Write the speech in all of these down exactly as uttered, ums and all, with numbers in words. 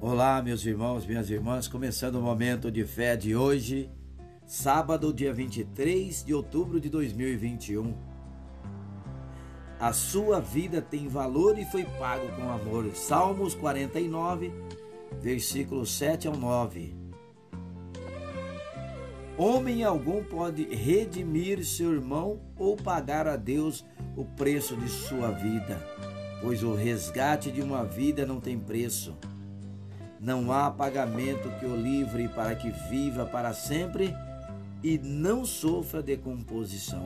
Olá, meus irmãos, minhas irmãs, começando o momento de fé de hoje, sábado, dia vinte e três de outubro de dois mil e vinte e um. A sua vida tem valor e foi pago com amor. Salmos quarenta e nove, versículos sete ao nove. Homem algum pode redimir seu irmão ou pagar a Deus o preço de sua vida, pois o resgate de uma vida não tem preço. Não há pagamento que o livre para que viva para sempre e não sofra decomposição.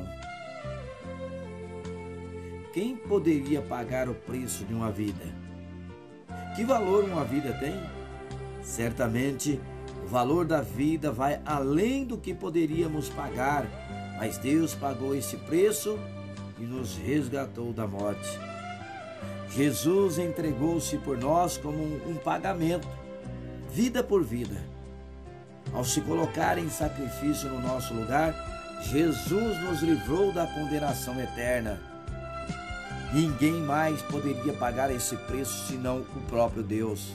Quem poderia pagar o preço de uma vida? Que valor uma vida tem? Certamente, o valor da vida vai além do que poderíamos pagar, mas Deus pagou esse preço e nos resgatou da morte. Jesus entregou-se por nós como um, um pagamento, vida por vida. Ao se colocar em sacrifício no nosso lugar, Jesus nos livrou da condenação eterna. Ninguém mais poderia pagar esse preço senão o próprio Deus.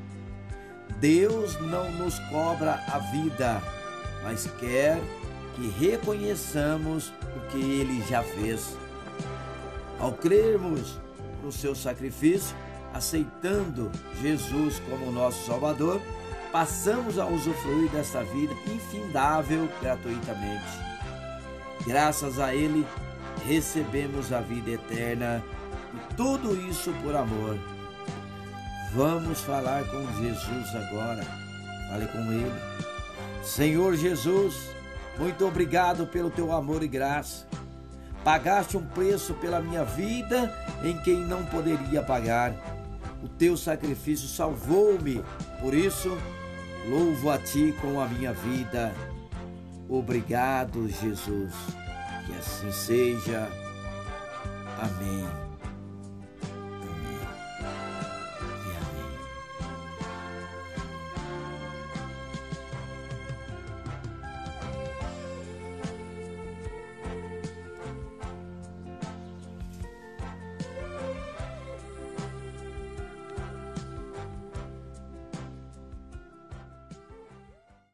Deus não nos cobra a vida, mas quer que reconheçamos o que Ele já fez. Ao crermos no seu sacrifício, aceitando Jesus como nosso Salvador, passamos a usufruir desta vida infindável gratuitamente. Graças a Ele, recebemos a vida eterna e tudo isso por amor. Vamos falar com Jesus agora. Fale com Ele. Senhor Jesus, muito obrigado pelo teu amor e graça. Pagaste um preço pela minha vida em quem não poderia pagar. O teu sacrifício salvou-me, por isso louvo a ti com a minha vida. Obrigado, Jesus. Que assim seja. Amém.